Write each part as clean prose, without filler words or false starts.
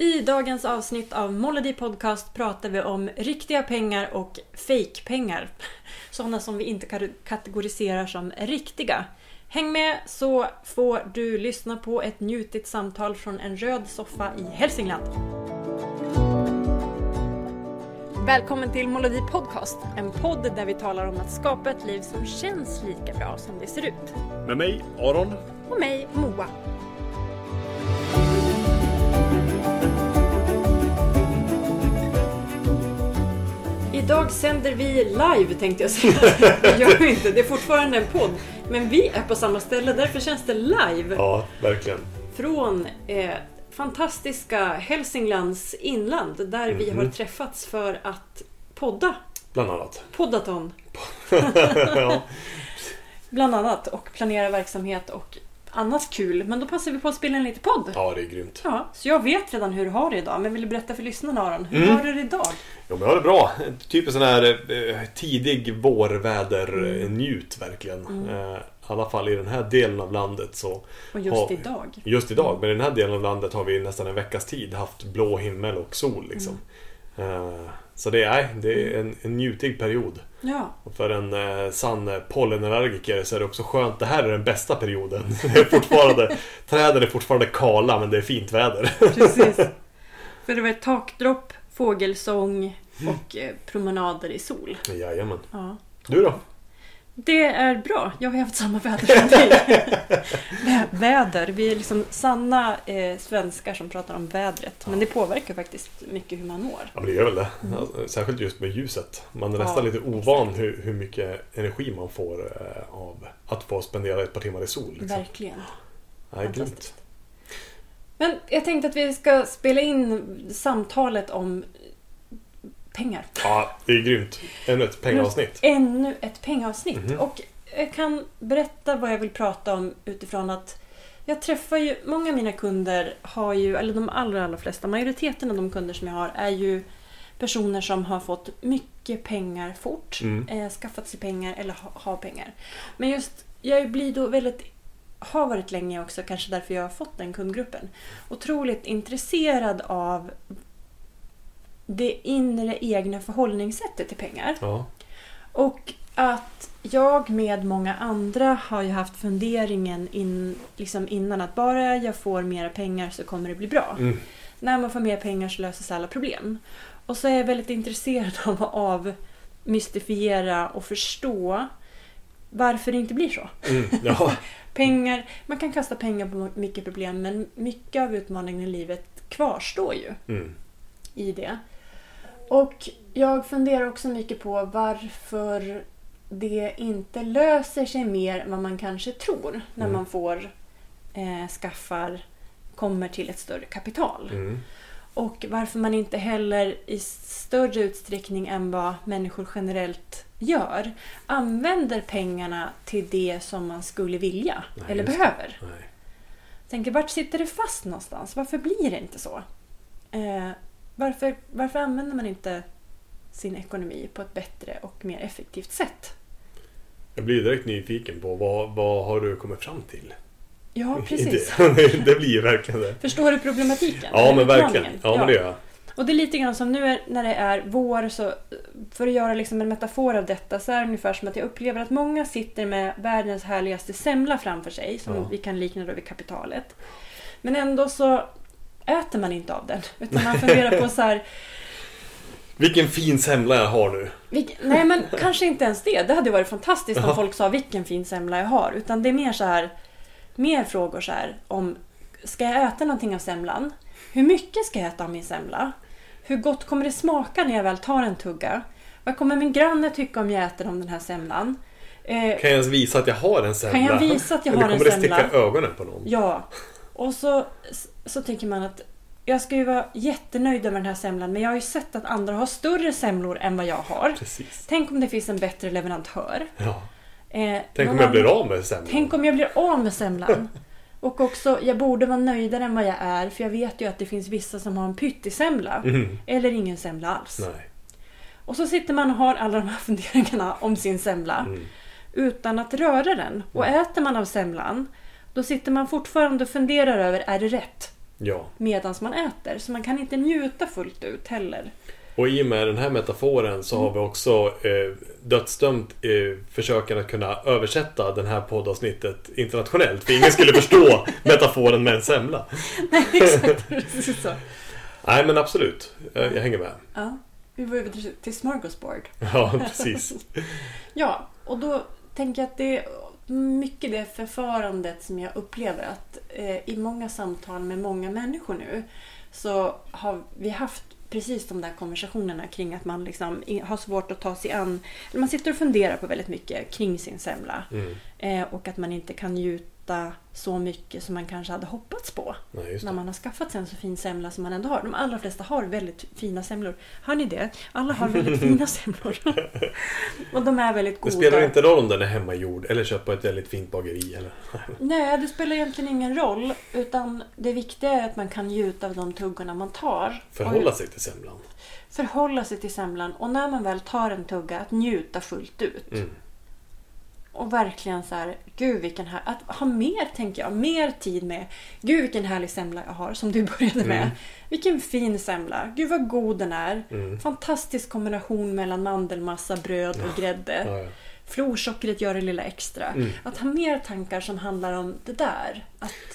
I dagens avsnitt av Molody Podcast pratar vi om riktiga pengar och fake-pengar. Sådana som vi inte kategoriserar som riktiga. Häng med så får du lyssna på ett njutigt samtal från en röd soffa i Hälsingland. Välkommen till Molody Podcast, en podd där vi talar om att skapa ett liv som känns lika bra som det ser ut. Med mig, Aron. Och mig, Moa. Idag sänder vi live, tänkte jag säga. Det gör vi inte, det är fortfarande en podd. Men vi är på samma ställe, därför känns det live. Ja, verkligen. Från fantastiska Hälsinglands inland, där vi har träffats för att podda. Bland annat. Poddaton. Ja. Bland annat, och planera verksamhet och annat kul. Men då passar vi på att spela en liten podd. Ja, det är grymt. Ja, så jag vet redan hur du har det idag. Men vill du berätta för lyssnarna, Aron? Hur har du det idag? Jo, men jag har det bra. Typ en sån här tidig vårväder njut verkligen. I alla fall i den här delen av landet så. Och just idag. Just idag, men i den här delen av landet har vi nästan en veckas tid haft blå himmel och sol liksom. Så det är en njutig period. Ja. Och för en sann pollenallergiker så är det också skönt. Det här är den bästa perioden. Det är fortfarande, träden är fortfarande kala, men det är fint väder. Precis. För det var ett takdropp, fågelsång och promenader i sol. Jajamän. Ja. Du då? Det är bra. Jag har haft samma väder som dig. Väder. Vi är liksom sanna svenskar som pratar om vädret. Men det påverkar faktiskt mycket hur man mår. Ja, men det gör väl det. Särskilt just med ljuset. Man är nästan lite ovan hur mycket energi man får av att få spendera ett par timmar i sol. Liksom. Verkligen. Ja, grymt. Men jag tänkte att vi ska spela in samtalet om pengar. Ja, det är grymt. Ännu ett pengaavsnitt. Ännu ett pengaavsnitt. Och jag kan berätta vad jag vill prata om utifrån att jag träffar ju, många av mina kunder har ju, eller de allra flesta, majoriteten av de kunder som jag har är ju personer som har fått mycket pengar fort, skaffat sig pengar eller har pengar. Men just, jag blir då har varit länge också, kanske därför jag har fått den kundgruppen, otroligt intresserad av det inre egna förhållningssättet till pengar. Ja. Och att jag med många andra har ju haft funderingen innan att bara jag får mera pengar så kommer det bli bra. När man får mer pengar så löser sig alla problem. Och så är jag väldigt intresserad av att avmystifiera och förstå varför det inte blir så. Ja. Pengar, man kan kasta pengar på mycket problem, men mycket av utmaningen i livet kvarstår ju i det. Och jag funderar också mycket på varför det inte löser sig mer än vad man kanske tror när man får kommer till ett större kapital. Och varför man inte heller i större utsträckning än vad människor generellt gör använder pengarna till det som man skulle vilja eller behöver. Tänker, vart sitter det fast någonstans? Varför blir det inte så? Varför använder man inte sin ekonomi på ett bättre och mer effektivt sätt? Jag blir direkt nyfiken på vad har du kommit fram till? Ja, precis. Det blir ju verkligen det. Förstår du problematiken? Ja, men verkligen. Ja, men det gör jag. Och det är lite grann som nu när det är vår, så för att göra liksom en metafor av detta så är det ungefär som att jag upplever att många sitter med världens härligaste semla framför sig, som vi kan likna då vid kapitalet. Men ändå så äter man inte av den, utan man funderar på så här: vilken fin semla jag har nu. Nej, men kanske inte ens det. Det hade varit fantastiskt om folk sa vilken fin semla jag har. Utan det är mer så här, mer frågor så här om, ska jag äta någonting av semlan? Hur mycket ska jag äta av min semla? Hur gott kommer det smaka när jag väl tar en tugga? Vad kommer min granne tycka om jag äter om den här semlan? Kan jag ens visa att jag har en semla? Kan jag visa att jag har en semla? Eller kommer det sticka ögonen på någon? Ja, och så tänker man att jag ska ju vara jättenöjd över den här semlan, men jag har ju sett att andra har större semlor än vad jag har. Precis. Tänk om det finns en bättre leverantör. Ja. Tänk om jag blir av med semlan. Tänk om jag blir av med semlan. Och också, jag borde vara nöjdare än vad jag är, för jag vet ju att det finns vissa som har en pyttisemla eller ingen semla alls. Nej. Och så sitter man och har alla de här funderingarna om sin semla utan att röra den. Och äter man av semlan, då sitter man fortfarande och funderar över, är det rätt? medan man äter. Så man kan inte njuta fullt ut heller. Och i och med den här metaforen så har vi också dödsdömt försöken att kunna översätta den här poddavsnittet internationellt. För ingen skulle förstå metaforen med en semla. Nej, exakt. Precis så. Nej, men absolut. Jag hänger med. Ja, vi var över till smörgåsbord. Ja, precis. Ja, och då tänker jag att det är mycket det förfarandet som jag upplever att i många samtal med många människor nu så har vi haft precis de där konversationerna kring att man liksom har svårt att ta sig an. Man sitter och funderar på väldigt mycket kring sin semla. Och att man inte kan njuta så mycket som man kanske hade hoppats på. Nej, när man har skaffat sig en så fin semla som man ändå har. De allra flesta har väldigt fina semlor. Hör ni det? Alla har väldigt fina semlor. Och de är väldigt goda. Det spelar inte roll om den är hemmagjord eller köpt på ett väldigt fint bageri. Eller? Nej, det spelar egentligen ingen roll. Utan det viktiga är att man kan njuta av de tuggorna man tar. Förhålla sig till semlan. Förhålla sig till semlan. Och när man väl tar en tugga, att njuta fullt ut. Och verkligen så här, gud vilken här, att ha mer, tänker jag, mer tid med, gud vilken härlig semla jag har, som du började med. Vilken fin semla, gud vad god den är. Fantastisk kombination mellan mandelmassa, bröd och grädde. Ja. Florsockret gör det lilla extra. Att ha mer tankar som handlar om det där.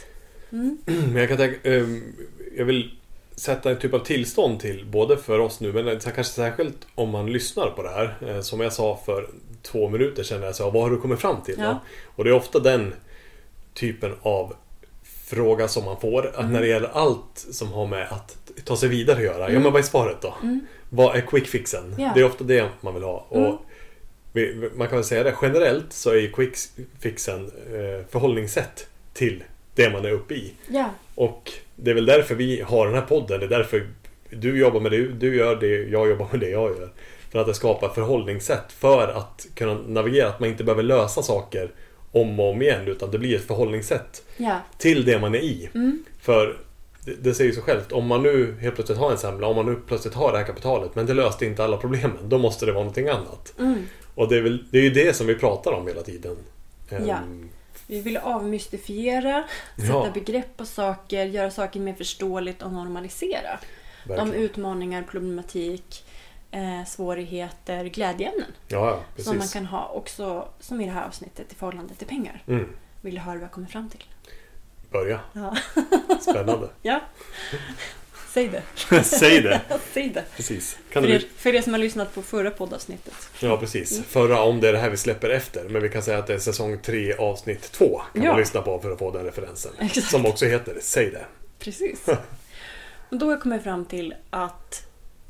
Men jag kan tänka, jag vill sätta en typ av tillstånd till både för oss nu, men kanske särskilt om man lyssnar på det här. Som jag sa för 2 minuter sedan, jag sa, vad har du kommit fram till? Ja. Och det är ofta den typen av fråga som man får, att när det gäller allt som har med att ta sig vidare att göra. Ja, men vad är svaret då? Vad är quick fixen? Ja. Det är ofta det man vill ha. Och man kan väl säga det, generellt så är quick fixen förhållningssätt till det man är uppe i. Ja. Och det är väl därför vi har den här podden. Det är därför du jobbar med det du gör, det jag jobbar med det jag gör. För att det skapar förhållningssätt för att kunna navigera. Att man inte behöver lösa saker om och om igen, utan det blir ett förhållningssätt till det man är i. För det säger ju sig självt. Om man nu helt plötsligt har en semla, om man nu plötsligt har det här kapitalet, men det löste inte alla problemen, då måste det vara någonting annat. Och det är ju det som vi pratar om hela tiden. Ja. Vi vill avmystifiera, sätta begrepp på saker, göra saker mer förståeligt och normalisera. Verkligen. De utmaningar, problematik, svårigheter, glädjeämnen som man kan ha också, som i det här avsnittet, i förhållande till pengar. Vill du höra vad jag kommer fram till? Börja. Ja. Spännande. Ja. Säg det. Säg det. Säg det. Precis. För er som har lyssnat på förra poddavsnittet. Ja, precis. Förra, om det är det här vi släpper efter. Men vi kan säga att det är säsong 3, avsnitt 2. Kan man lyssna på för att få den referensen. Exakt. Som också heter Säg det. Precis. Och då har jag kommit fram till att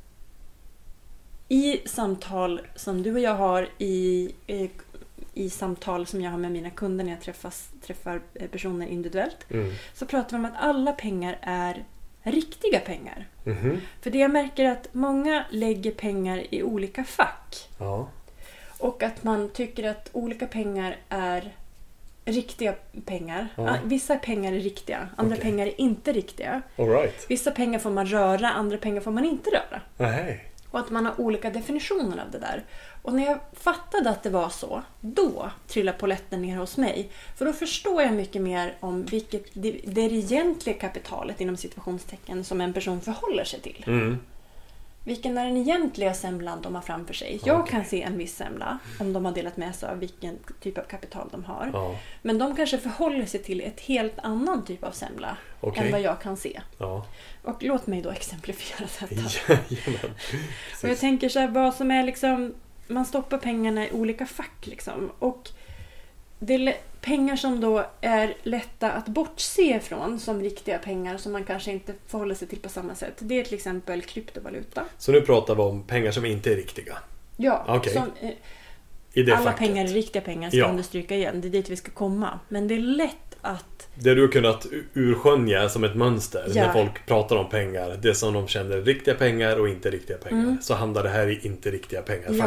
i samtal som du och jag har, i samtal som jag har med mina kunder när jag träffar personer individuellt, så pratar vi om att alla pengar är riktiga pengar. För det jag märker är att många lägger pengar i olika fack. Ja. Och att man tycker att olika pengar är riktiga pengar. Vissa pengar är riktiga, andra pengar är inte riktiga. All right. Vissa pengar får man röra, andra pengar får man inte röra. Nej. Och att man har olika definitioner av det där. Och när jag fattade att det var så, då trillade polletten ner hos mig. För då förstår jag mycket mer om vilket det egentliga kapitalet inom situationstecken som en person förhåller sig till. Vilken är den egentliga semlan de har framför sig? Jag kan se en viss semla om de har delat med sig av vilken typ av kapital de har. Men de kanske förhåller sig till ett helt annan typ av semla än vad jag kan se. Och låt mig då exemplifiera detta. Och jag tänker så här, vad som är liksom, man stoppar pengarna i olika fack liksom. Och det är pengar som då är lätta att bortse ifrån som riktiga pengar som man kanske inte förhåller sig till på samma sätt. Det är till exempel kryptovaluta. Så nu pratar vi om pengar som inte är riktiga? Ja, som, i det alla facket. Pengar är riktiga pengar, ska understryka igen. Det är dit vi ska komma. Men det är lätt att... Det du har kunnat urskönja som ett mönster när folk pratar om pengar. Det som de känner riktiga pengar och inte riktiga pengar. Så hamnar det här i inte riktiga pengar-facket.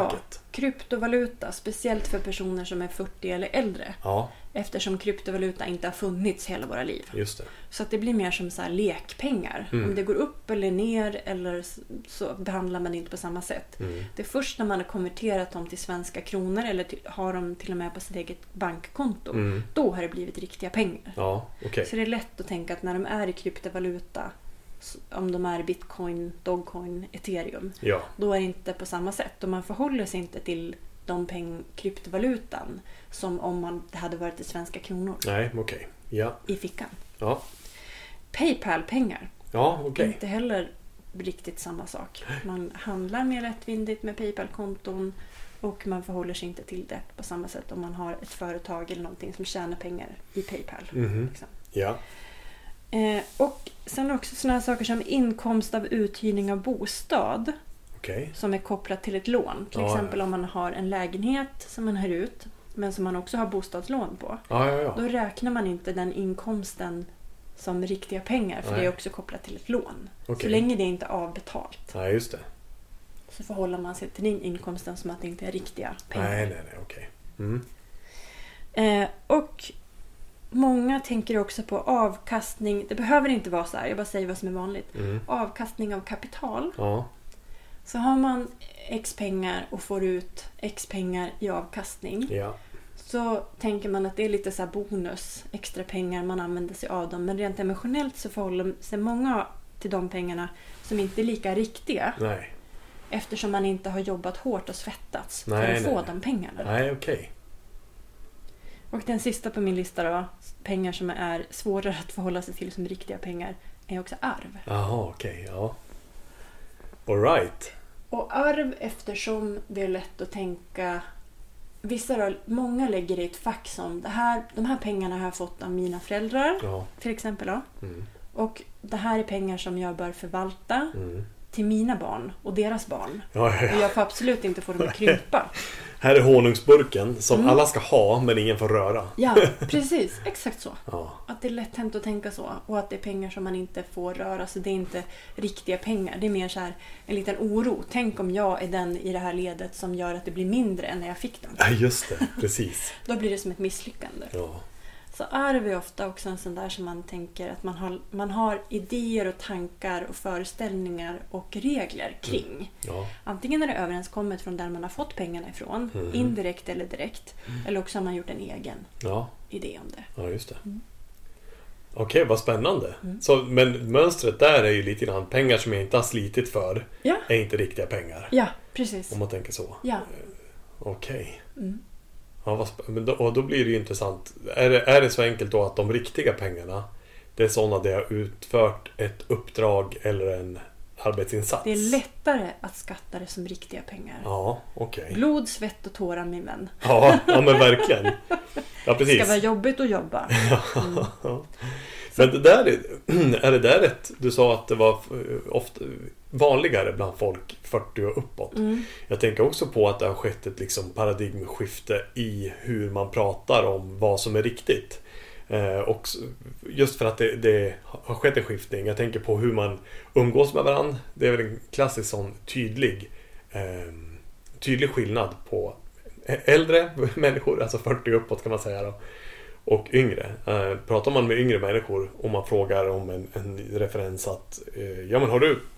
kryptovaluta, speciellt för personer som är 40 eller äldre. Ja. Eftersom kryptovaluta inte har funnits hela våra liv. Just det. Så att det blir mer som så här lekpengar. Om det går upp eller ner eller så behandlar man det inte på samma sätt. Det är först när man har konverterat dem till svenska kronor eller har dem till och med på sitt eget bankkonto. Då har det blivit riktiga pengar. Ja, okej. Så det är lätt att tänka att när de är i kryptovaluta, om de är Bitcoin, Dogecoin, Ethereum, då är det inte på samma sätt. Och man förhåller sig inte till de kryptovalutan som om det hade varit i svenska kronor. Nej, okej. Ja. I fickan. Ja. PayPal-pengar. Ja, okej. Inte heller riktigt samma sak. Man handlar mer lättvindigt med PayPal-konton och man förhåller sig inte till det på samma sätt om man har ett företag eller någonting som tjänar pengar i PayPal. Liksom. Ja. Och sen också sådana här saker som inkomst av uthyrning av bostad. Som är kopplat till ett lån. Till exempel om man har en lägenhet som man hyr ut men som man också har bostadslån på. Då räknar man inte den inkomsten som riktiga pengar för det är också kopplat till ett lån. Så länge det inte är avbetalt. Ja, just det. Så förhåller man sig till den inkomsten som att det inte är riktiga pengar. Nej, okej. Och många tänker också på avkastning. Det behöver inte vara så här. Jag bara säger vad som är vanligt. Avkastning av kapital. Ja. Så har man x pengar och får ut x pengar i avkastning. Ja. Så tänker man att det är lite så här bonus, extra pengar, man använder sig av dem. Men rent emotionellt så förhåller sig många till de pengarna som inte är lika riktiga. Nej. Eftersom man inte har jobbat hårt och svettats för att få de pengarna. Nej, okej. Och den sista på min lista då, pengar som är svårare att förhålla sig till som riktiga pengar, är också arv. Jaha, okej, ja. All right. Och arv, eftersom det är lätt att tänka, många lägger det i ett fack som de här pengarna har jag fått av mina föräldrar till exempel då. Och det här är pengar som jag bör förvalta till mina barn och deras barn. Och jag får absolut inte få dem att krympa. Här är honungsburken som alla ska ha men ingen får röra. Ja, precis. Exakt så. Att det är lätt hänt att tänka så. Och att det är pengar som man inte får röra. Så det är inte riktiga pengar. Det är mer så här en liten oro. Tänk om jag är den i det här ledet som gör att det blir mindre än när jag fick den. Ja, just det. Precis. Då blir det som ett misslyckande. Så arv är ofta också en sån där som man tänker att man har idéer och tankar och föreställningar och regler kring. Antingen är det överenskommet från där man har fått pengarna ifrån, indirekt eller direkt. Eller också har man gjort en egen idé om det. Ja, just det. Okej, vad spännande. Så, men mönstret där är ju lite grann pengar som jag inte har slitit för är inte riktiga pengar. Ja, precis. Om man tänker så. Ja. Okej. Ja, och då blir det ju intressant. Är det så enkelt då att de riktiga pengarna, det är sådana där jag har utfört ett uppdrag eller en arbetsinsats? Det är lättare att skatta det som riktiga pengar. Ja, okej. Blod, svett och tårar, min vän. Ja, men verkligen. Ja, precis. Det ska vara jobbigt att jobba. Men det där är det där ett, du sa att det var ofta vanligare bland folk 40 och uppåt. Jag tänker också på att det har skett ett liksom paradigmskifte i hur man pratar om vad som är riktigt. Och just för att det har skett en skiftning. Jag tänker på hur man umgås med varandra. Det är väl en klassisk sån tydlig skillnad på äldre människor, alltså 40 uppåt kan man säga då, och yngre. Pratar man med yngre människor och man frågar om en referens att ja, men har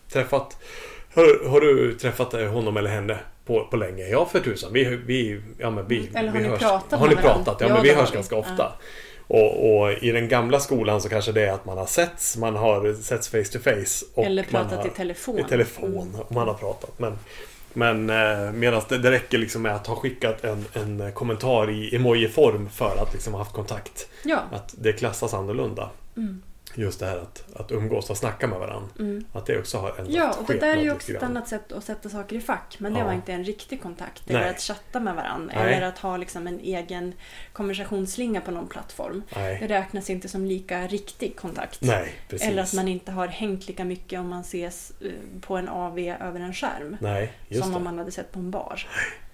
du träffat honom eller henne på länge? Ja, för tusan. Eller har ni pratat? Har ni pratat? Ja, men vi hörs ganska ofta. Och i den gamla skolan så kanske det är att man har setts face to face och eller pratat i telefon. Och man har pratat. Men medan det räcker liksom med att ha skickat en kommentar i emoji-form för att liksom ha haft kontakt. Att det klassas annorlunda. Just det här att umgås och snacka med varandra. Att det också har ändrat. Ja, och det där är ju också ett annat sätt att sätta saker i fack. Men det var inte en riktig kontakt. Eller att chatta med varandra. Eller att ha liksom en egen konversationsslinga på någon plattform. Det räknas inte som lika riktig kontakt. Nej, precis. Eller att man inte har hängt lika mycket om man ses på en AV över en skärm. Nej, just som det. om man hade sett på en bar.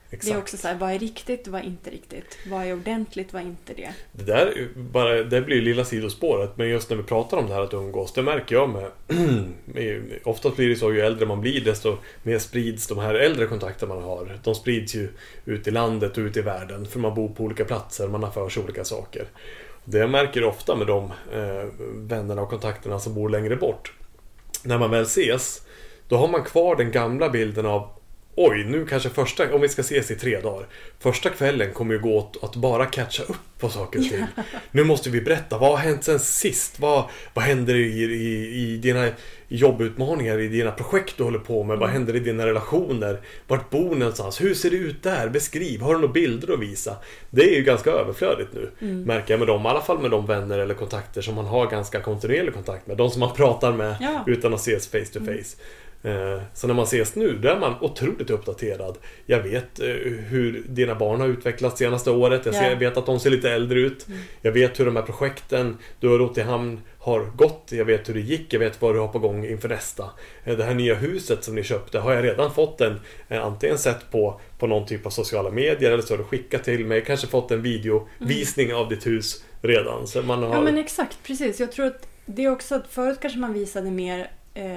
Exakt. Det är också så här, vad är riktigt, vad är inte riktigt? Vad är ordentligt, vad är inte det? Det blir lilla sidospåret, men just när vi pratar om det här att umgås, det märker jag med oftast blir det så, ju äldre man blir desto mer sprids de här äldre kontakter man har. De sprids ju ut i landet och ut i världen, för man bor på olika platser, man har för sig olika saker. Det jag märker ofta med de vännerna och kontakterna som bor längre bort, när man väl ses, då har man kvar den gamla bilden av oj, nu kanske om vi ska ses i 3 dagar. Första kvällen kommer ju gå åt att bara catcha upp på saker och ting. Nu måste vi berätta, vad har hänt sen sist? Vad händer i dina jobbutmaningar, i dina projekt du håller på med? Vad händer i dina relationer? Vart bor ni någonstans? Hur ser det ut där? Beskriv, har du några bilder att visa? Det är ju ganska överflödigt nu, märker jag med dem. I alla fall med de vänner eller kontakter som man har ganska kontinuerlig kontakt med. De som man pratar med utan att ses face to face. Så när man ses nu, då är man otroligt uppdaterad. Jag vet hur dina barn har utvecklats senaste året. Jag vet att de ser lite äldre ut. Jag vet hur de här projekten du har rott i hamn har gått. Jag vet hur det gick. Jag vet vad du har på gång inför nästa. Det här nya huset som ni köpte har jag redan fått antingen sett på någon typ av sociala medier, eller så har du skickat till mig. Kanske fot en videovisning av ditt hus redan. Så man har... Ja, men exakt, precis. Jag tror att det är också att förut kanske man visade mer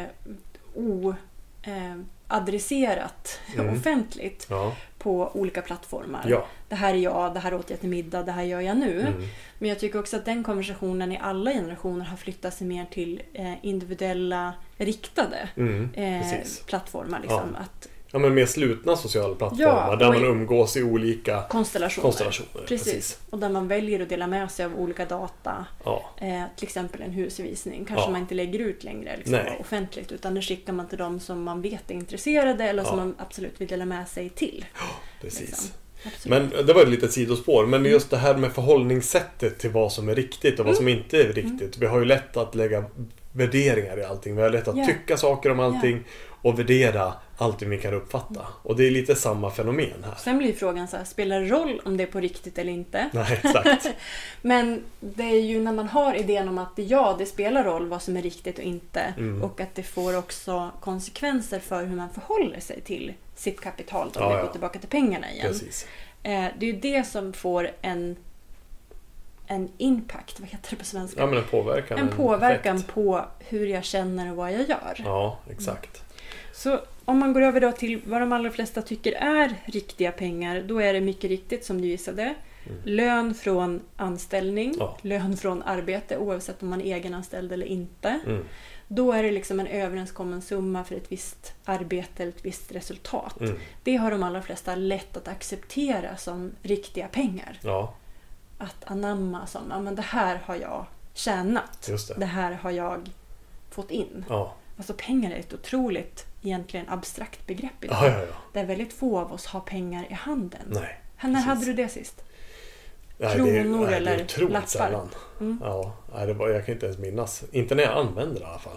adresserat offentligt på olika plattformar. Ja. Det här är jag, det här åt jag till middag, det här gör jag nu. Men jag tycker också att den konversationen i alla generationer har flyttat sig mer till individuella, riktade plattformar. Liksom. Ja, men mer slutna sociala plattformar där man umgås i olika konstellationer. Precis. Och där man väljer att dela med sig av olika data. Till exempel en husvisning. Kanske man inte lägger ut längre offentligt, utan det skickar man till dem som man vet är intresserade eller som man absolut vill dela med sig till. Precis. Liksom. Men det var ett litet sidospår. Men just det här med förhållningssättet till vad som är riktigt och vad som inte är riktigt. Vi har ju lätt att lägga värderingar i allting. Vi har lätt att tycka saker om allting och värdera allting vi kan uppfatta. Och det är lite samma fenomen här. Sen blir frågan så här, spelar det roll om det är på riktigt eller inte? Nej, exakt. Men det är ju när man har idén om att det spelar roll vad som är riktigt och inte. Och att det får också konsekvenser för hur man förhåller sig till sitt kapital. Om vi går tillbaka till pengarna igen. Precis. Det är ju det som får en impact, vad heter det på svenska? Ja, men en påverkan på hur jag känner och vad jag gör. Ja, exakt. Så om man går över då till vad de allra flesta tycker är riktiga pengar, då är det mycket riktigt som du gissade. Lön från anställning, lön från arbete, oavsett om man är egenanställd eller inte. Då är det liksom en överenskommen summa för ett visst arbete eller ett visst resultat. Det har de allra flesta lätt att acceptera som riktiga pengar. Att anamma som, men det här har jag tjänat. Det här har jag fått in. Alltså pengar är ett otroligt egentligen abstrakt begrepp idag. Det är väldigt få av oss har pengar i handen. När hade du det sist? Kronor eller lappar? Sällan. Jag kan inte ens minnas. Inte när jag använder det i alla fall.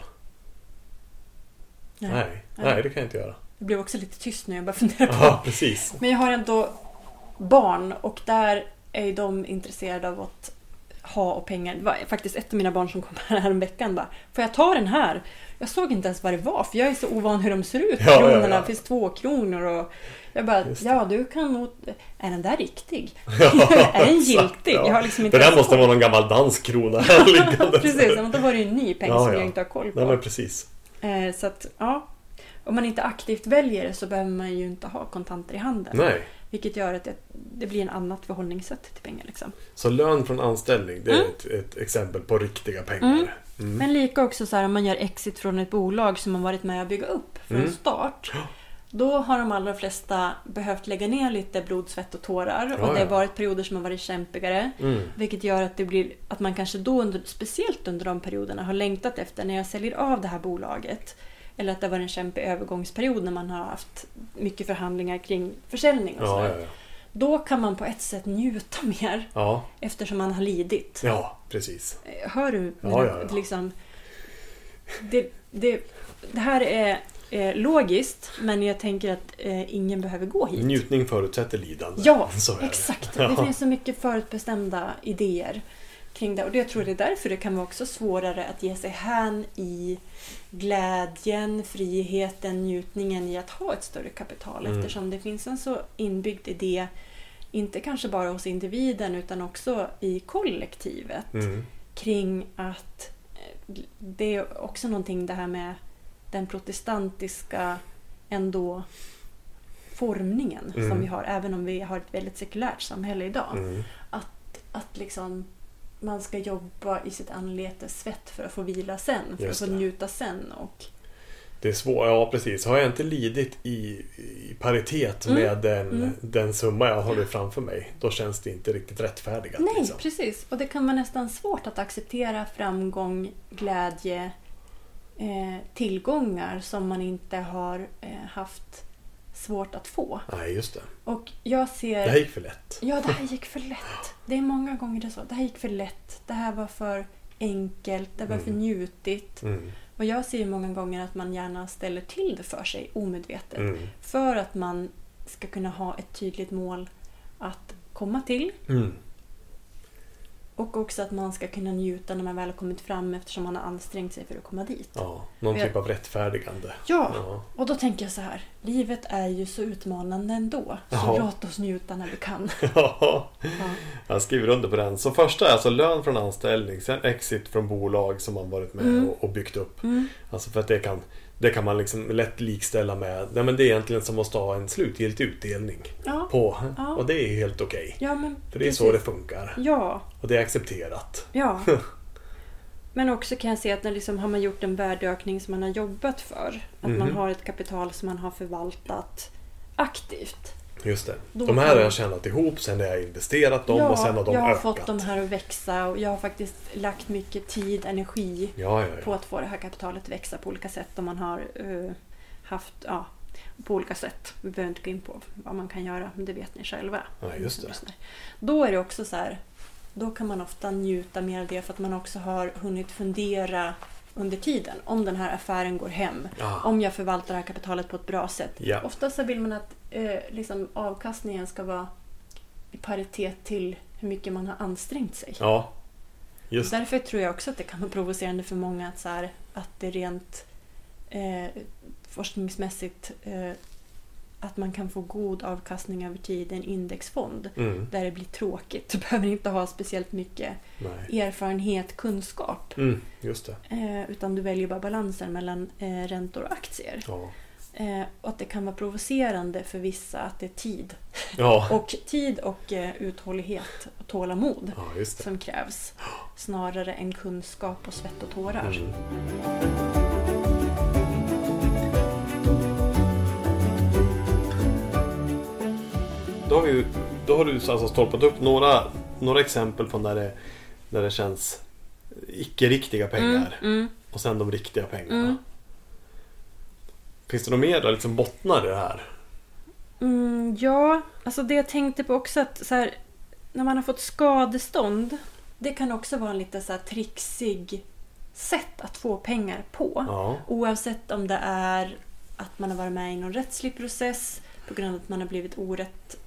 Nej, det kan jag inte göra. Det blev också lite tyst när jag bara funderade på. Precis. Men jag har ändå barn och där är de intresserade av att ha och pengar. Det var faktiskt ett av mina barn som kom här en veckan bara, får jag ta den här? Jag såg inte ens vad det var, för jag är så ovan hur de ser ut. Kronorna, det finns 2 kronor och jag bara, du kan nog... Är den där riktig? Är den giltig? Jag har liksom inte det där måste vara någon gammal danskrona. Precis, men då var det ju en ny peng som jag inte har koll på. Nej, men precis. Så att, om man inte aktivt väljer det så behöver man ju inte ha kontanter i handen. Nej. Vilket gör att det blir en annat förhållningssätt till pengar. Liksom. Så lön från anställning, det är ett exempel på riktiga pengar. Men lika också så här, om man gör exit från ett bolag som man varit med att bygga upp från start. Då har de allra flesta behövt lägga ner lite blod, svett och tårar. Och det har varit perioder som har varit kämpigare. Vilket gör att det blir att man kanske då, speciellt under de perioderna, har längtat efter när jag säljer av det här bolaget. Eller att det var en kämpig övergångsperiod när man har haft mycket förhandlingar kring försäljning och sådär. Då kan man på ett sätt njuta mer eftersom man har lidit. Ja, precis. Hör du? Liksom, det här är logiskt, men jag tänker att ingen behöver gå hit. Njutning förutsätter lidande. Ja, exakt. Det finns så mycket förutbestämda idéer. kring det. Och jag tror det är därför det kan vara också svårare att ge sig hän i glädjen, friheten, njutningen i att ha ett större kapital. Eftersom det finns en så inbyggd idé, inte kanske bara hos individen utan också i kollektivet, kring att det är också någonting det här med den protestantiska ändå formningen som vi har, även om vi har ett väldigt sekulärt samhälle idag. Att liksom man ska jobba i sitt anletes svett för att få vila sen, för att få njuta sen. Och det är svårt, ja precis. Har jag inte lidit i paritet med den summa jag håller framför mig, då känns det inte riktigt rättfärdigt. Nej, liksom. Precis. Och det kan vara nästan svårt att acceptera framgång, glädje, tillgångar som man inte har haft svårt att få. Nej, just det. Och jag ser... Det här gick för lätt. Ja, det här gick för lätt. Det är många gånger det så. Det här gick för lätt. Det här var för enkelt. Det var för njutigt. Och jag ser många gånger att man gärna ställer till det för sig omedvetet. För att man ska kunna ha ett tydligt mål att komma till. Och också att man ska kunna njuta när man väl har kommit fram, eftersom man har ansträngt sig för att komma dit. Ja, någon typ av rättfärdigande. Ja, och då tänker jag så här. Livet är ju så utmanande ändå. Så låt oss njuta när vi kan. Ja, jag skriver under på den. Så första är alltså lön från anställning, sen exit från bolag som man varit med och byggt upp. Alltså för att det kan man liksom lätt likställa med, nej men det är egentligen som måste ha en slutgiltig utdelning på. Och det är helt okej. Ja, men för det är så det funkar. Ja. Och det är accepterat. Ja. Men också kan jag se att när liksom har man gjort en värdeökning som man har jobbat för, att man har ett kapital som man har förvaltat aktivt. Just det. De här har jag tjänat ihop, sen har jag investerat dem och sen har de ökat. Jag har fått de här att växa och jag har faktiskt lagt mycket tid, energi på att få det här kapitalet att växa på olika sätt. Och man har haft, på olika sätt. Vi behöver inte gå in på vad man kan göra, men det vet ni själva. Ja, just det. Då är det också så här, då kan man ofta njuta mer av det för att man också har hunnit fundera under tiden. Om den här affären går hem. Om jag förvaltar det här kapitalet på ett bra sätt. Ja. Ofta så vill man att liksom avkastningen ska vara i paritet till hur mycket man har ansträngt sig. Ja, just. Därför tror jag också att det kan vara provocerande för många att det rent forskningsmässigt att man kan få god avkastning över tid i en indexfond där det blir tråkigt. Du behöver inte ha speciellt mycket erfarenhet, kunskap. Just det. Utan du väljer bara balansen mellan räntor och aktier. Och att det kan vara provocerande för vissa att det är tid. Och tid och uthållighet och tålamod som krävs. Snarare än kunskap och svett och tårar. Då har du alltså stolpat upp några exempel på när det känns icke-riktiga pengar och sen de riktiga pengarna. Finns det något mer där liksom bottnar i det här? Ja, alltså det jag tänkte på också att så här, när man har fått skadestånd, det kan också vara en lite så här trixig sätt att få pengar på. Oavsett om det är att man har varit med i någon rättslig process på grund av att man har blivit orätt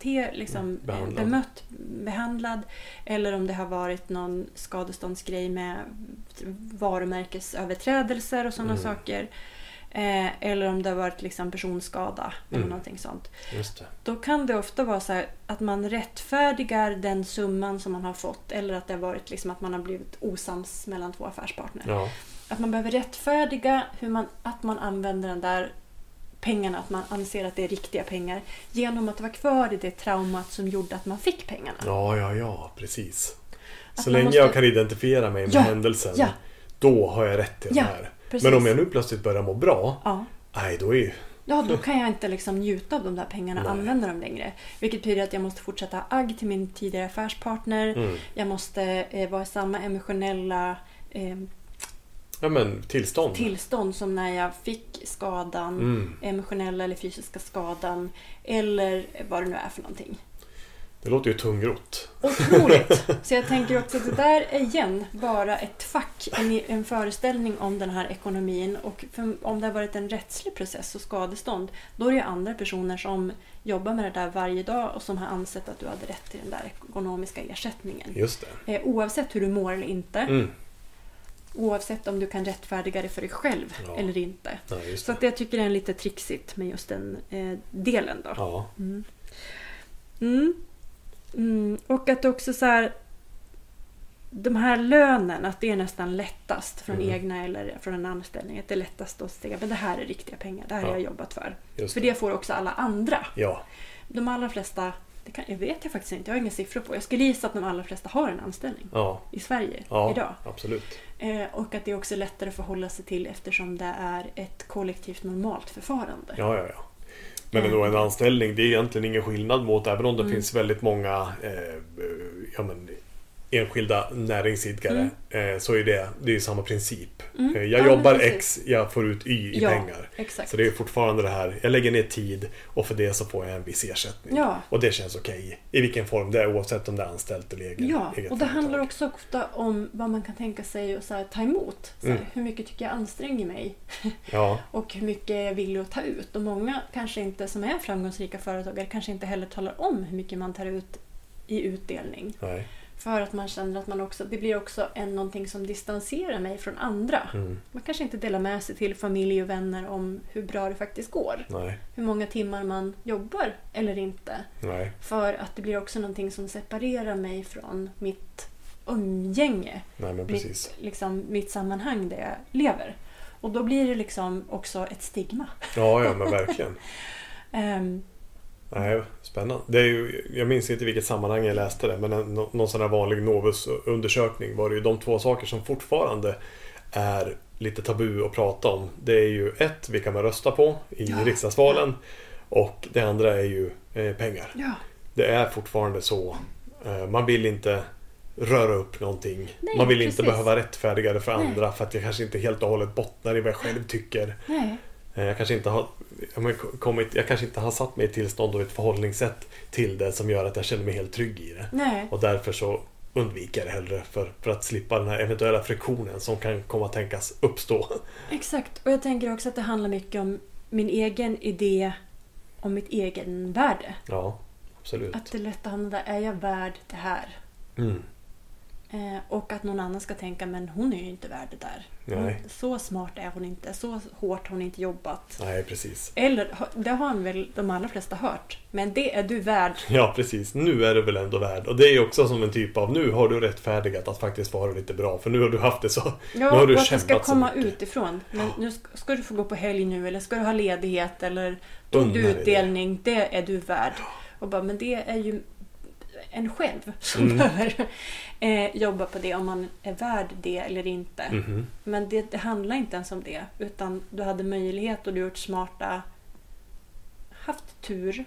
behandlad, eller om det har varit någon skadeståndsgrej med varumärkesöverträdelser och sådana saker, eller om det har varit liksom personskada eller någonting sånt. Just det. Då kan det ofta vara så här att man rättfärdigar den summan som man har fått, eller att det har varit liksom att man har blivit osams mellan två affärspartner. Att man behöver rättfärdiga att man använder den där pengarna, att man anser att det är riktiga pengar, genom att vara kvar i det traumat som gjorde att man fick pengarna. Ja, precis. Så länge jag kan identifiera mig med händelsen, då har jag rätt till det här. Precis. Men om jag nu plötsligt börjar må bra, då kan jag inte liksom njuta av de där pengarna och använda dem längre. Vilket betyder att jag måste fortsätta agg till min tidigare affärspartner. Jag måste vara i samma emotionella tillstånd som när jag fick skadan, emotionella eller fysiska skadan, eller vad det nu är för någonting. Det låter ju tungrott. Otroligt. Så jag tänker också att det där är igen bara ett fack, en föreställning om den här ekonomin. Och om det har varit en rättslig process och skadestånd, då är det ju andra personer som jobbar med det där varje dag och som har ansett att du hade rätt till den där ekonomiska ersättningen. Just det. Oavsett hur du mår eller inte. Oavsett om du kan rättfärdiga det för dig själv eller inte. Ja, så att jag tycker det är lite trixigt med just den delen då. Ja. Och att också så här, de här lönen, att det är nästan lättast från egna eller från en anställning. Att det är lättast att säga, men det här är riktiga pengar, det här har jag jobbat för. För det får också alla andra. Ja. De allra flesta, jag vet jag faktiskt inte, jag har inga siffror på. Jag skulle gissa att de allra flesta har en anställning i Sverige idag. Absolut. Och att det är också lättare att förhålla sig till eftersom det är ett kollektivt normalt förfarande. Ja. Men då en anställning, det är egentligen ingen skillnad mot, även om det finns väldigt många enskilda näringsidkare, så är det är samma princip. Jag jobbar X, jag får ut Y i pengar. Exakt. Så det är fortfarande det här, jag lägger ner tid och för det så får jag en viss ersättning. Ja. Och det känns okej. I vilken form det är, oavsett om det är anställt eller eget och det företag. handlar också ofta om vad man kan tänka sig och så här, ta emot. Så här, hur mycket tycker jag anstränger mig? Och hur mycket jag är villig att ta ut. Och många kanske inte, som är framgångsrika företagare, kanske inte heller talar om hur mycket man tar ut i utdelning. Nej. För att man känner att man också, det blir också någonting som distanserar mig från andra. Man kanske inte delar med sig till familj och vänner om hur bra det faktiskt går. Nej. Hur många timmar man jobbar eller inte. Nej. För att det blir också någonting som separerar mig från mitt umgänge. Nej, men precis. Mitt sammanhang där jag lever. Och då blir det liksom också ett stigma. Ja, men verkligen. Nej, spännande. Det är ju, jag minns inte i vilket sammanhang jag läste det, men någon sån här vanlig Novus-undersökning var det ju de två saker som fortfarande är lite tabu att prata om. Det är ju vilka man röstar på i riksdagsvalen, och det andra är ju pengar. Ja. Det är fortfarande så. Man vill inte röra upp någonting. Nej, man vill precis. inte behöva rättfärdiga det för andra, för att jag kanske inte helt och hållet bottnar i vad jag själv tycker. Nej. Jag kanske inte har satt mig i tillstånd och ett förhållningssätt till det som gör att jag känner mig helt trygg i det. Nej. Och därför så undviker jag det hellre för att slippa den här eventuella friktionen som kan komma att tänkas uppstå. Exakt. Och jag tänker också att det handlar mycket om min egen idé om mitt egen värde. Ja, absolut. Att det är lätt att handla, är jag värd det här? Och att någon annan ska tänka, men hon är ju inte värd det där. Nej. Så smart är hon inte, så hårt har hon inte jobbat. Nej, precis. Eller, det har han väl de allra flesta hört. Men det är du värd. Ja, precis. Nu är du väl ändå värd. Och det är också som en typ av, nu har du rättfärdigat att faktiskt vara lite bra. För nu har du haft det så. Ja, nu har du och att det ska kämpat komma så mycket utifrån. Men nu ska du få gå på helg nu, eller ska du ha ledighet, eller tog du utdelning, det är du värd. Och bara, men det är ju en själv som behöver jobba på det, om man är värd det eller inte. Men det handlar inte ens om det, utan du hade möjlighet och du har gjort smarta, haft tur,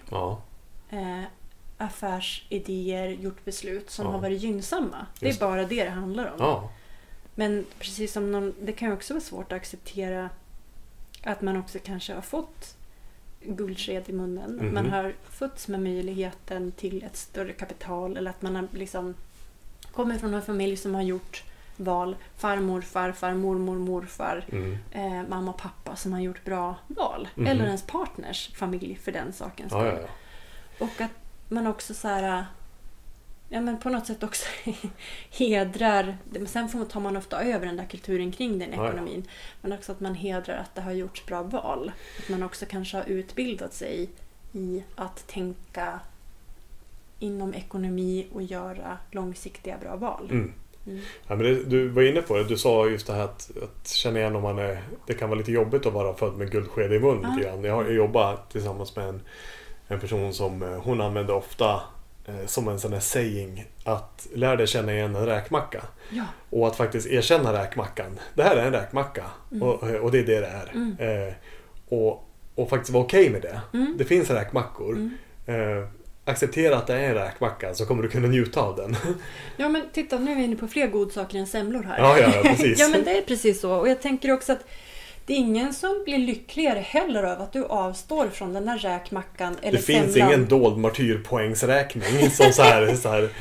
affärsidéer, gjort beslut som har varit gynnsamma. Det är bara det handlar om. Men precis som det kan ju också vara svårt att acceptera att man också kanske har fått guldsked i munnen. Att man har fötts med möjligheten till ett större kapital, eller att man har liksom kommer från en familj som har gjort val. Farmor, farfar, mormor, morfar, mamma och pappa som har gjort bra val. Eller ens partners familj för den sakens skull. Och att man också så här, men på något sätt också hedrar, men sen tar man ofta över den där kulturen kring den ekonomin. Men också att man hedrar att det har gjorts bra val. Att man också kanske har utbildat sig i att tänka inom ekonomi och göra långsiktiga bra val. Ja, men du var inne på det. Du sa just det här att känna igen om man det kan vara lite jobbigt att vara född med guldsked i mun. Jag har jobbat tillsammans med en person som hon använde ofta som en sån här saying, att lär dig känna igen en räkmacka. Och att faktiskt erkänna räkmackan. Det här är en räkmacka och det är det är. Och faktiskt vara okej med det. Det finns räkmackor. Acceptera att det är en räkmacka, så kommer du kunna njuta av den. Ja, men titta, nu är vi inne på fler godsaker än semlor här. Ja, precis. Ja, men det är precis så. Och jag tänker också att Det är ingen som blir lyckligare heller av att du avstår från den där räkmackan eller det finns semlan. ingen dold martyrpoängsräkning som så här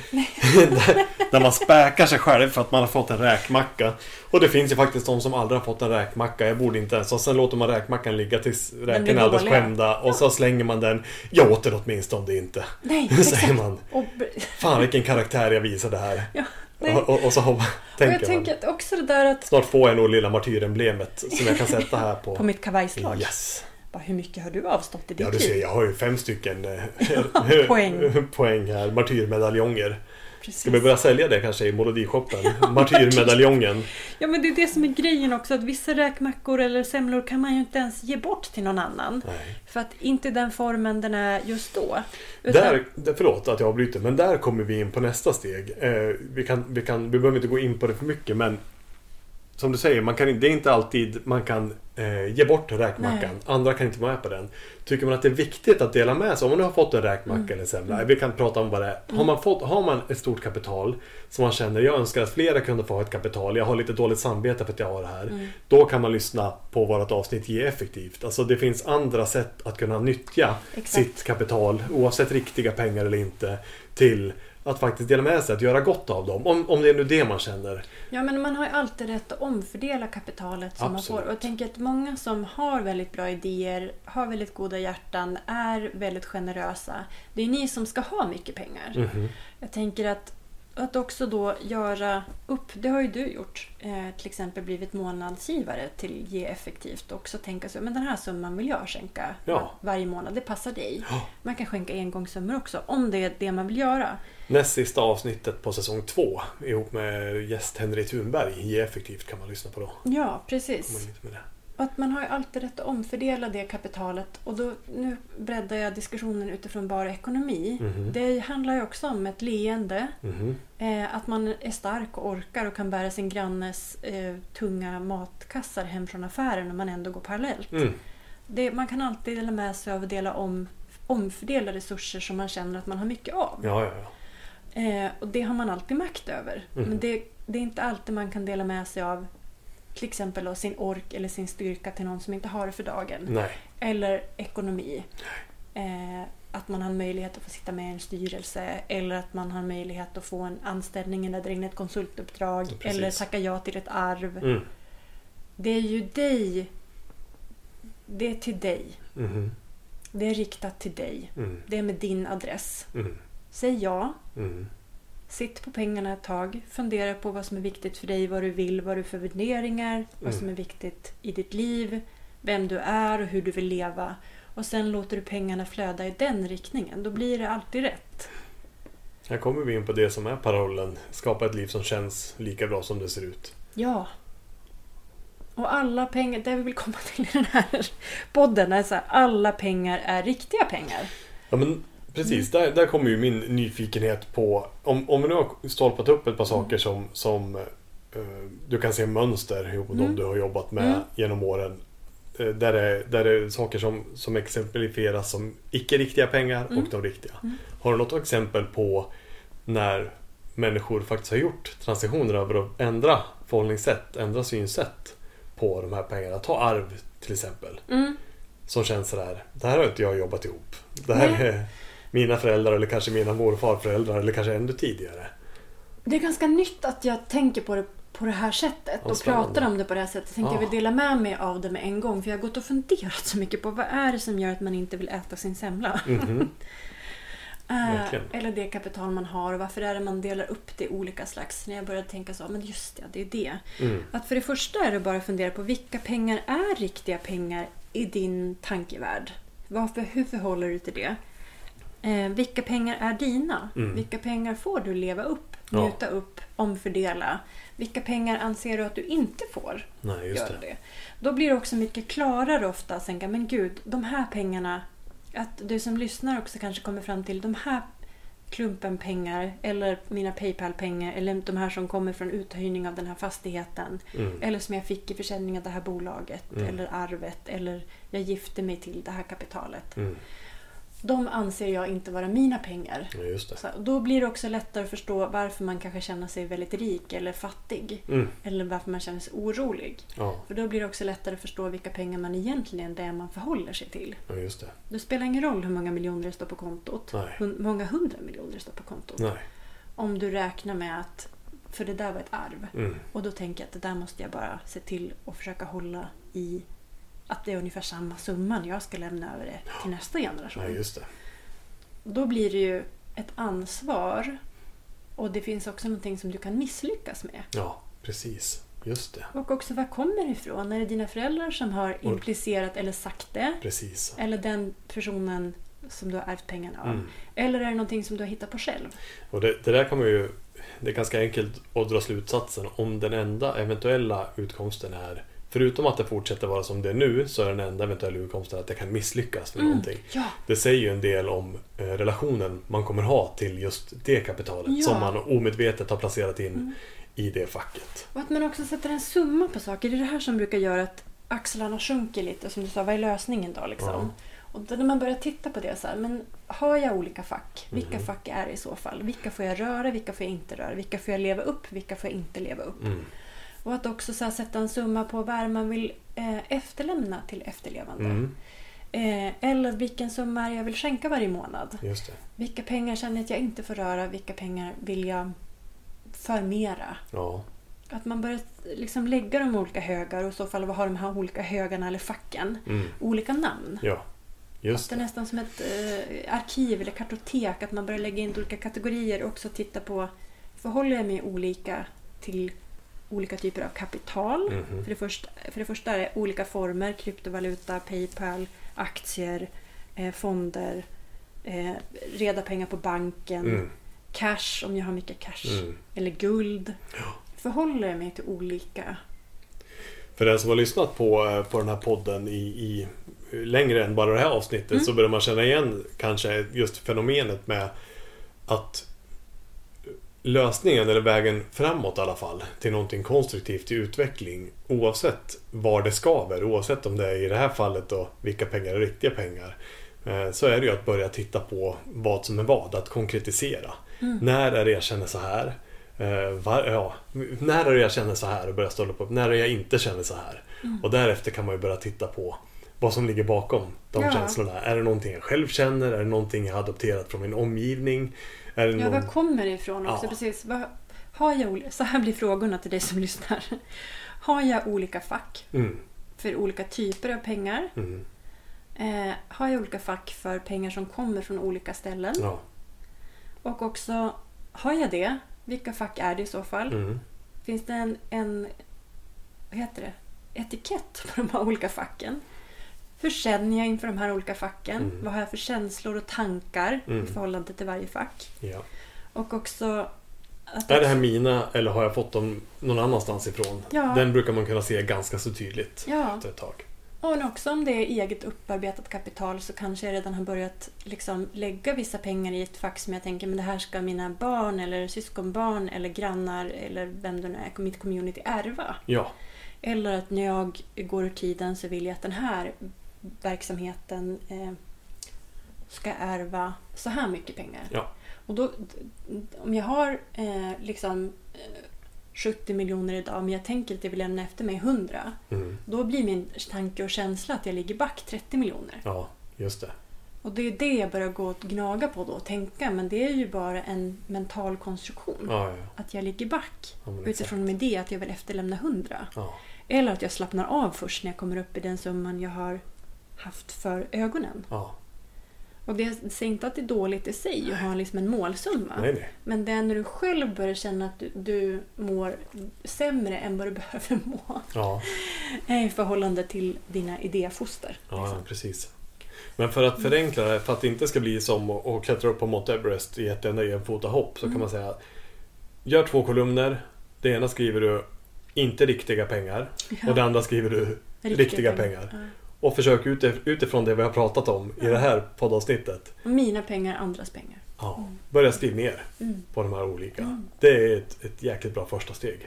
där man späkar sig själv för att man har fått en räkmacka. Och det finns ju faktiskt de som aldrig har fått en räkmacka. Jag borde inte ens. Och sen låter man räkmackan ligga tills räken är alldeles skämda. Och så slänger man den. Jag åt den åtminstone det inte. Nej, säger man. Fan vilken karaktär jag visade här. Ja. Och så tänker att också det där att snart får jag nog lilla martyremblemet som jag kan sätta här på mitt kavajslag. Yes. Bara, hur mycket har du avstått i ditt liv? Ja, du ser, jag har ju 5 stycken poäng här, martyrmedaljonger. Precis. Ska vi börja sälja det kanske i Molodishoppen? Martyrmedaljongen. Ja, men det är det som är grejen också, att vissa räkmackor eller semlor kan man ju inte ens ge bort till någon annan. Nej. För att inte den formen den är just då. Utan... Förlåt att jag avbryter, men där kommer vi in på nästa steg. Vi behöver inte gå in på det för mycket, men som du säger, det är inte alltid man kan ge bort räkmackan. Nej. Andra kan inte vara med på den. Tycker man att det är viktigt att dela med sig, om man nu har fått en räkmacka eller semla, vi kan prata om vad det är. Har man ett stort kapital som man känner, jag önskar att flera kunde få ha ett kapital, jag har lite dåligt samvete för att jag har det här. Då kan man lyssna på vårt avsnitt Ge effektivt. Alltså det finns andra sätt att kunna nyttja sitt kapital, oavsett riktiga pengar eller inte, till att faktiskt dela med sig, att göra gott av dem. Om det är nu det man känner. Ja, men man har ju alltid rätt att omfördela kapitalet som man får. Och jag tänker att många som har väldigt bra idéer, har väldigt goda hjärtan, är väldigt generösa. Det är ni som ska ha mycket pengar. Jag tänker att också då göra upp, det har ju du gjort, till exempel blivit månadsgivare till Ge effektivt, och också tänka så, men den här summan vill jag skänka varje månad, det passar dig. Man kan skänka engångssummor också, om det är det man vill göra. Näst sista avsnittet på säsong 2 ihop med gäst Henry Thunberg, Ge effektivt, kan man lyssna på då. Ja, precis. Att man har ju alltid rätt att omfördela det kapitalet. Och då, nu breddar jag diskussionen utifrån bara ekonomi. Det handlar ju också om ett leende. Att man är stark och orkar och kan bära sin grannes tunga matkassar hem från affären, om man ändå går parallellt. Man kan alltid dela med sig av och omfördela resurser som man känner att man har mycket av. Ja. Och det har man alltid makt över. Men det är inte alltid man kan dela med sig av till exempel då, sin ork eller sin styrka till någon som inte har det för dagen. Nej. Eller ekonomi. Att man har möjlighet att få sitta med i en styrelse, eller att man har möjlighet att få en anställning eller dra in ett konsultuppdrag, eller tacka ja till ett arv. Det är ju dig. Det är till dig. Det är riktat till dig. Det är med din adress. Säg ja. Sitt på pengarna ett tag. Fundera på vad som är viktigt för dig, vad du vill, vad du för värderingar, vad som är viktigt i ditt liv, vem du är och hur du vill leva. Och sen låter du pengarna flöda i den riktningen. Då blir det alltid rätt. Här kommer vi in på det som är parollen. Skapa ett liv som känns lika bra som det ser ut. Ja. Och alla pengar, det vi vill komma till i den här podden, är så här, alla pengar är riktiga pengar. Ja, men precis, där kommer ju min nyfikenhet på, om vi nu har stolpat upp ett par saker som du kan se mönster ihop med dem du har jobbat med genom åren, där är saker som exemplifieras som icke-riktiga pengar och de riktiga. Har du något exempel på när människor faktiskt har gjort transitioner över att ändra förhållningssätt, ändra synsätt på de här pengarna? Ta arv till exempel. Som känns sådär, det här har inte jag jobbat ihop. Det här är mina föräldrar, eller kanske mina mor- och farföräldrar, eller kanske ännu tidigare. Det är ganska nytt att jag tänker på det här sättet och pratar om det på det här sättet. Jag tänkte jag vill dela med mig av det med en gång, för jag har gått och funderat så mycket på vad är det som gör att man inte vill äta sin semla. Eller det kapital man har, och varför är det man delar upp det i olika slags. När jag började tänka så, men just det är det. Att för det första är det bara att fundera på vilka pengar är riktiga pengar i din tankevärld. Hur förhåller du till det? Vilka pengar är dina? Vilka pengar får du leva upp, njuta upp, omfördela? Vilka pengar anser du att du inte får göra det? Då blir det också mycket klarare ofta att tänka, men gud, de här pengarna, att du som lyssnar också kanske kommer fram till de här klumpen pengar, eller mina PayPal-pengar, eller de här som kommer från uthyrning av den här fastigheten, eller som jag fick i försäljning av det här bolaget, eller arvet, eller jag gifte mig till det här kapitalet. de anser jag inte vara mina pengar. Ja, just det. Så, då blir det också lättare att förstå varför man kanske känner sig väldigt rik eller fattig. Eller varför man känner sig orolig. Ja. För då blir det också lättare att förstå vilka pengar man egentligen det man förhåller sig till. Ja, just det. Det spelar ingen roll hur många miljoner det står på kontot. Nej. Hur många 100 miljoner det står på kontot. Nej. Om du räknar med att, för det där var ett arv. Och då tänker jag att det där måste jag bara se till och försöka hålla i att det är ungefär samma summa när jag ska lämna över det till nästa generation. Ja, just det. Då blir det ju ett ansvar och det finns också någonting som du kan misslyckas med. Ja, precis. Just det. Och också, var kommer det ifrån? Är det dina föräldrar som har implicerat eller sagt det? Precis. Eller den personen som du har ärvt pengarna av? Eller är det någonting som du har hittat på själv? Och det där kan man ju... Det är ganska enkelt att dra slutsatsen om den enda eventuella utkomsten är, förutom att det fortsätter vara som det är nu, så är den enda eventuella utkomsten att det kan misslyckas med någonting. Ja. Det säger ju en del om relationen man kommer ha till just det kapitalet som man omedvetet har placerat in i det facket. Och att man också sätter en summa på saker. Det är det här som brukar göra att axlarna sjunker lite. Som du sa, vad är lösningen då liksom? Ja. Och då när man börjar titta på det så här, men har jag olika fack? Vilka fack är det i så fall? Vilka får jag röra? Vilka får jag inte röra? Vilka får jag leva upp? Vilka får jag inte leva upp? Och att också så här, sätta en summa på vad man vill efterlämna till efterlevande. Eller vilken summa jag vill skänka varje månad. Just det. Vilka pengar känner jag att jag inte får röra? Vilka pengar vill jag förmera? Ja. Att man börjar liksom lägga de olika högar och i så fall vad har de här olika högarna eller facken? Olika namn. Ja, just det. Det är nästan som ett arkiv eller kartotek, att man börjar lägga in olika kategorier och också titta på, förhåller jag mig olika till olika typer av kapital? För det första är det olika former, kryptovaluta, PayPal, aktier, fonder, reda pengar på banken, cash om jag har mycket cash, eller guld. Förhåller jag mig till olika? För den som har lyssnat på den här podden i längre än bara det här avsnittet så börjar man känna igen kanske just fenomenet med att lösningen eller vägen framåt i alla fall till någonting konstruktivt i utveckling, oavsett var det skaver, oavsett om det är i det här fallet då vilka pengar är riktiga pengar, så är det ju att börja titta på vad som är vad, att konkretisera. När är det jag känner så här? När är det jag känner så här och börja ställa upp, när är det jag inte känner så här? Och därefter kan man ju börja titta på vad som ligger bakom de känslorna. Är det någonting jag själv känner? Är det någonting jag har adopterat från min omgivning? Är det vad kommer det ifrån också? Precis. Har jag, så här blir frågorna till dig som lyssnar. Har jag olika fack för olika typer av pengar? Har jag olika fack för pengar som kommer från olika ställen? Ja. Och också, har jag det? Vilka fack är det i så fall? Finns det en vad heter det? Etikett på de här olika facken? Hur känner jag inför de här olika facken? Vad har jag för känslor och tankar i förhållande till varje fack? Ja. Och också... Är det här mina eller har jag fått dem någon annanstans ifrån? Ja. Den brukar man kunna se ganska så tydligt efter ett tag. Och också om det är eget upparbetat kapital så kanske jag redan har börjat liksom lägga vissa pengar i ett fack som jag tänker, men det här ska mina barn eller syskonbarn eller grannar eller vem det nu är, mitt community ärva. Ja. Eller att när jag går ur tiden så vill jag att den här verksamheten ska ärva så här mycket pengar. Ja. Och då, om jag har 70 miljoner idag, men jag tänker att jag vill lämna efter mig 100, då blir min tanke och känsla att jag ligger back 30 miljoner. Ja, just det. Och det är det jag börjar gå och gnaga på då och tänka, men det är ju bara en mental konstruktion. Ja. Att jag ligger back utifrån exakt. med det att jag vill efterlämna 100. Ja. Eller att jag slappnar av först när jag kommer upp i den summan jag har haft för ögonen. Ja. Och det säger inte att det är dåligt i sig att ha liksom en målsumma. Nej. Men det är när du själv börjar känna att du mår sämre än vad du behöver må. Ja. I förhållande till dina idéfoster. Ja, precis. Men för att förenkla det, för att det inte ska bli som att klättra upp på Mount Everest i ett enda enfotahopp, så kan man säga: gör 2 kolumner. Det ena skriver du inte riktiga pengar och det andra skriver du riktiga pengar. Ja. Och försök utifrån det vi har pratat om i det här poddavsnittet. Mina pengar, andras pengar. Ja, börja skriva ner på de här olika. Det är ett jäkligt bra första steg.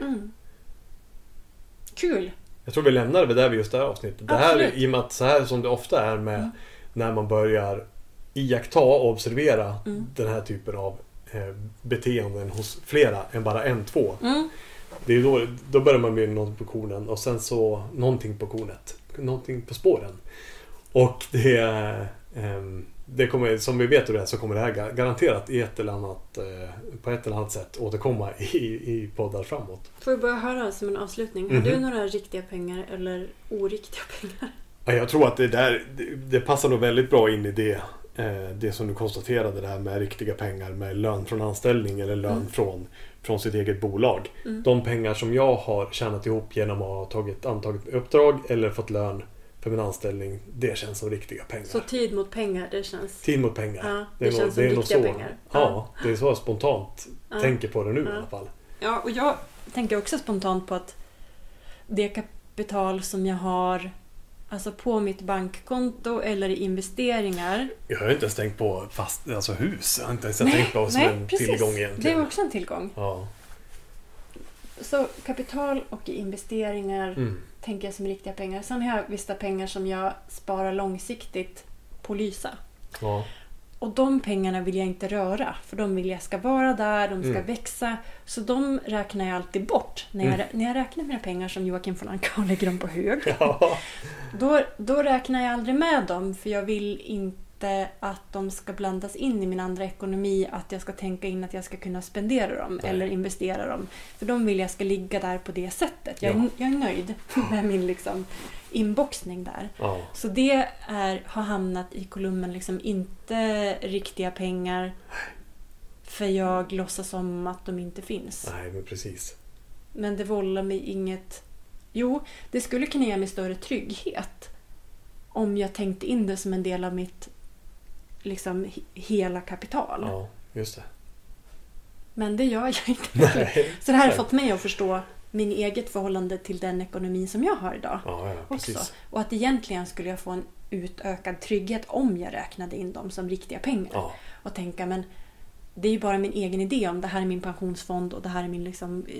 Kul! Jag tror vi lämnar det där vid just det här avsnittet. Det här, i och med att så här som det ofta är med när man börjar iaktta och observera den här typen av beteenden hos flera än bara en, två. Det är då börjar man med något på kornen och sen så någonting på kornet. Någonting på spåren. Och det kommer, som vi vet så kommer det här garanterat i ett eller annat, på ett eller annat sätt återkomma i poddar framåt. Får vi börja höra som en avslutning. Har du några riktiga pengar eller oriktiga pengar? Ja, jag tror att det passar nog väldigt bra in i det som du konstaterade där med riktiga pengar, med lön från anställning eller lön från sitt eget bolag. De pengar som jag har tjänat ihop genom att ha antagit uppdrag eller fått lön för min anställning, det känns som riktiga pengar. Så tid mot pengar, det känns... Tid mot pengar. Ja, det känns som riktiga pengar. Ja, det är så jag spontant tänker på det nu i alla fall. Ja, och jag tänker också spontant på att det kapital som jag har alltså på mitt bankkonto eller i investeringar. Jag har inte ens tänkt på hus. Jag har inte ens tänkt på som en tillgång egentligen. Det är också en tillgång. Ja. Så kapital och investeringar tänker jag som riktiga pengar. Sen har jag vissa pengar som jag sparar långsiktigt på Lysa. Ja. Och de pengarna vill jag inte röra. För de vill jag ska vara där, de ska växa. Så de räknar jag alltid bort. När jag räknar mina pengar som Joakim von Anka och lägger dem på hög. Ja. Då räknar jag aldrig med dem. För jag vill inte att de ska blandas in i min andra ekonomi. Att jag ska tänka in att jag ska kunna spendera dem. Nej. Eller investera dem. För de vill jag ska ligga där på det sättet. Jag är nöjd med min inboxning där. Ja. Så det har hamnat i kolumnen inte riktiga pengar. För jag låtsas om att de inte finns. Nej, men precis. Men det vållar mig inget... Jo, det skulle kunna ge mig större trygghet. Om jag tänkte in det som en del av mitt hela kapital. Ja, just det. Men det gör jag inte. Nej, så det här har fått mig att förstå min eget förhållande till den ekonomi som jag har idag. Ja, också. Och att egentligen skulle jag få en utökad trygghet om jag räknade in dem som riktiga pengar. Ja. Och tänka, men det är ju bara min egen idé om det här är min pensionsfond och det här är min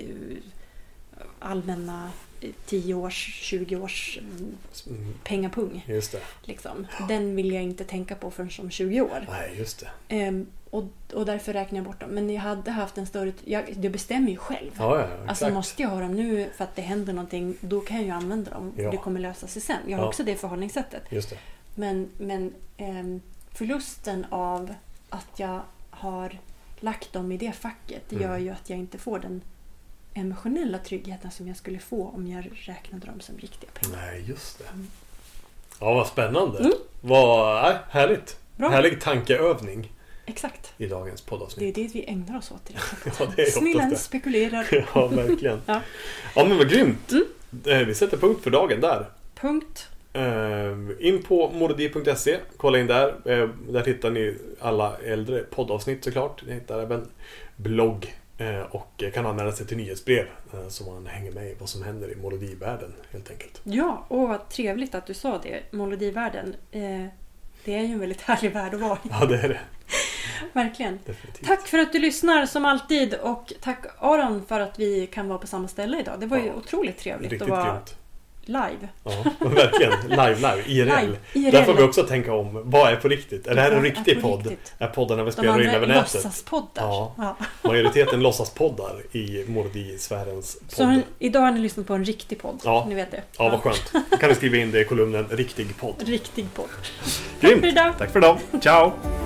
allmänna 10-års, 20-års pengapung. Just det. Den vill jag inte tänka på förrän som 20 år. Nej, just det. Och därför räknar jag bort dem. Men jag hade haft en större... Jag bestämmer ju själv. Ja, alltså måste jag ha dem nu för att det händer någonting, då kan jag ju använda dem. Ja. Det kommer lösa sig sen. Jag har också det förhållningssättet. Just det. Men förlusten av att jag har lagt dem i det facket gör ju att jag inte får den emotionella tryggheten som jag skulle få om jag räknade dem som riktiga pengar. Nej, just det. Ja, vad spännande. Vad härligt. Bra. Härlig tankeövning. Exakt. I dagens poddavsnitt. Det är det vi ägnar oss åt i det. Ja, det är Snillen spekulerar. Ja, verkligen. Ja, men vad grymt. Vi sätter punkt för dagen där. Punkt. In på mordi.se. Kolla in där. Där hittar ni alla äldre poddavsnitt såklart. Ni hittar även blogg. Och kan anmäla sig till nyhetsbrev så man hänger med i vad som händer i Molodivärlden helt enkelt. Ja, och vad trevligt att du sa det. Molodivärlden, det är ju en väldigt härlig värld att vara i. Ja, det är det. Verkligen. Definitivt. Tack för att du lyssnar som alltid och tack Aron för att vi kan vara på samma ställe idag. Det var ju otroligt trevligt riktigt att vara grymt. Live. Ja, verkligen. Live. IRL. Där får vi också tänka om. Vad är på riktigt? Är det här en riktig podd? Är poddarna vi spelar in över nätet? Låtsaspoddar. Ja. Majoriteten låtsaspoddar i Mordi-sfärens podd. Så idag har ni lyssnat på en riktig podd. Ja. Ni vet det. Ja, vad skönt. Då kan ni skriva in det i kolumnen riktig podd. Riktig podd. Grymt. Tack för idag. Ciao.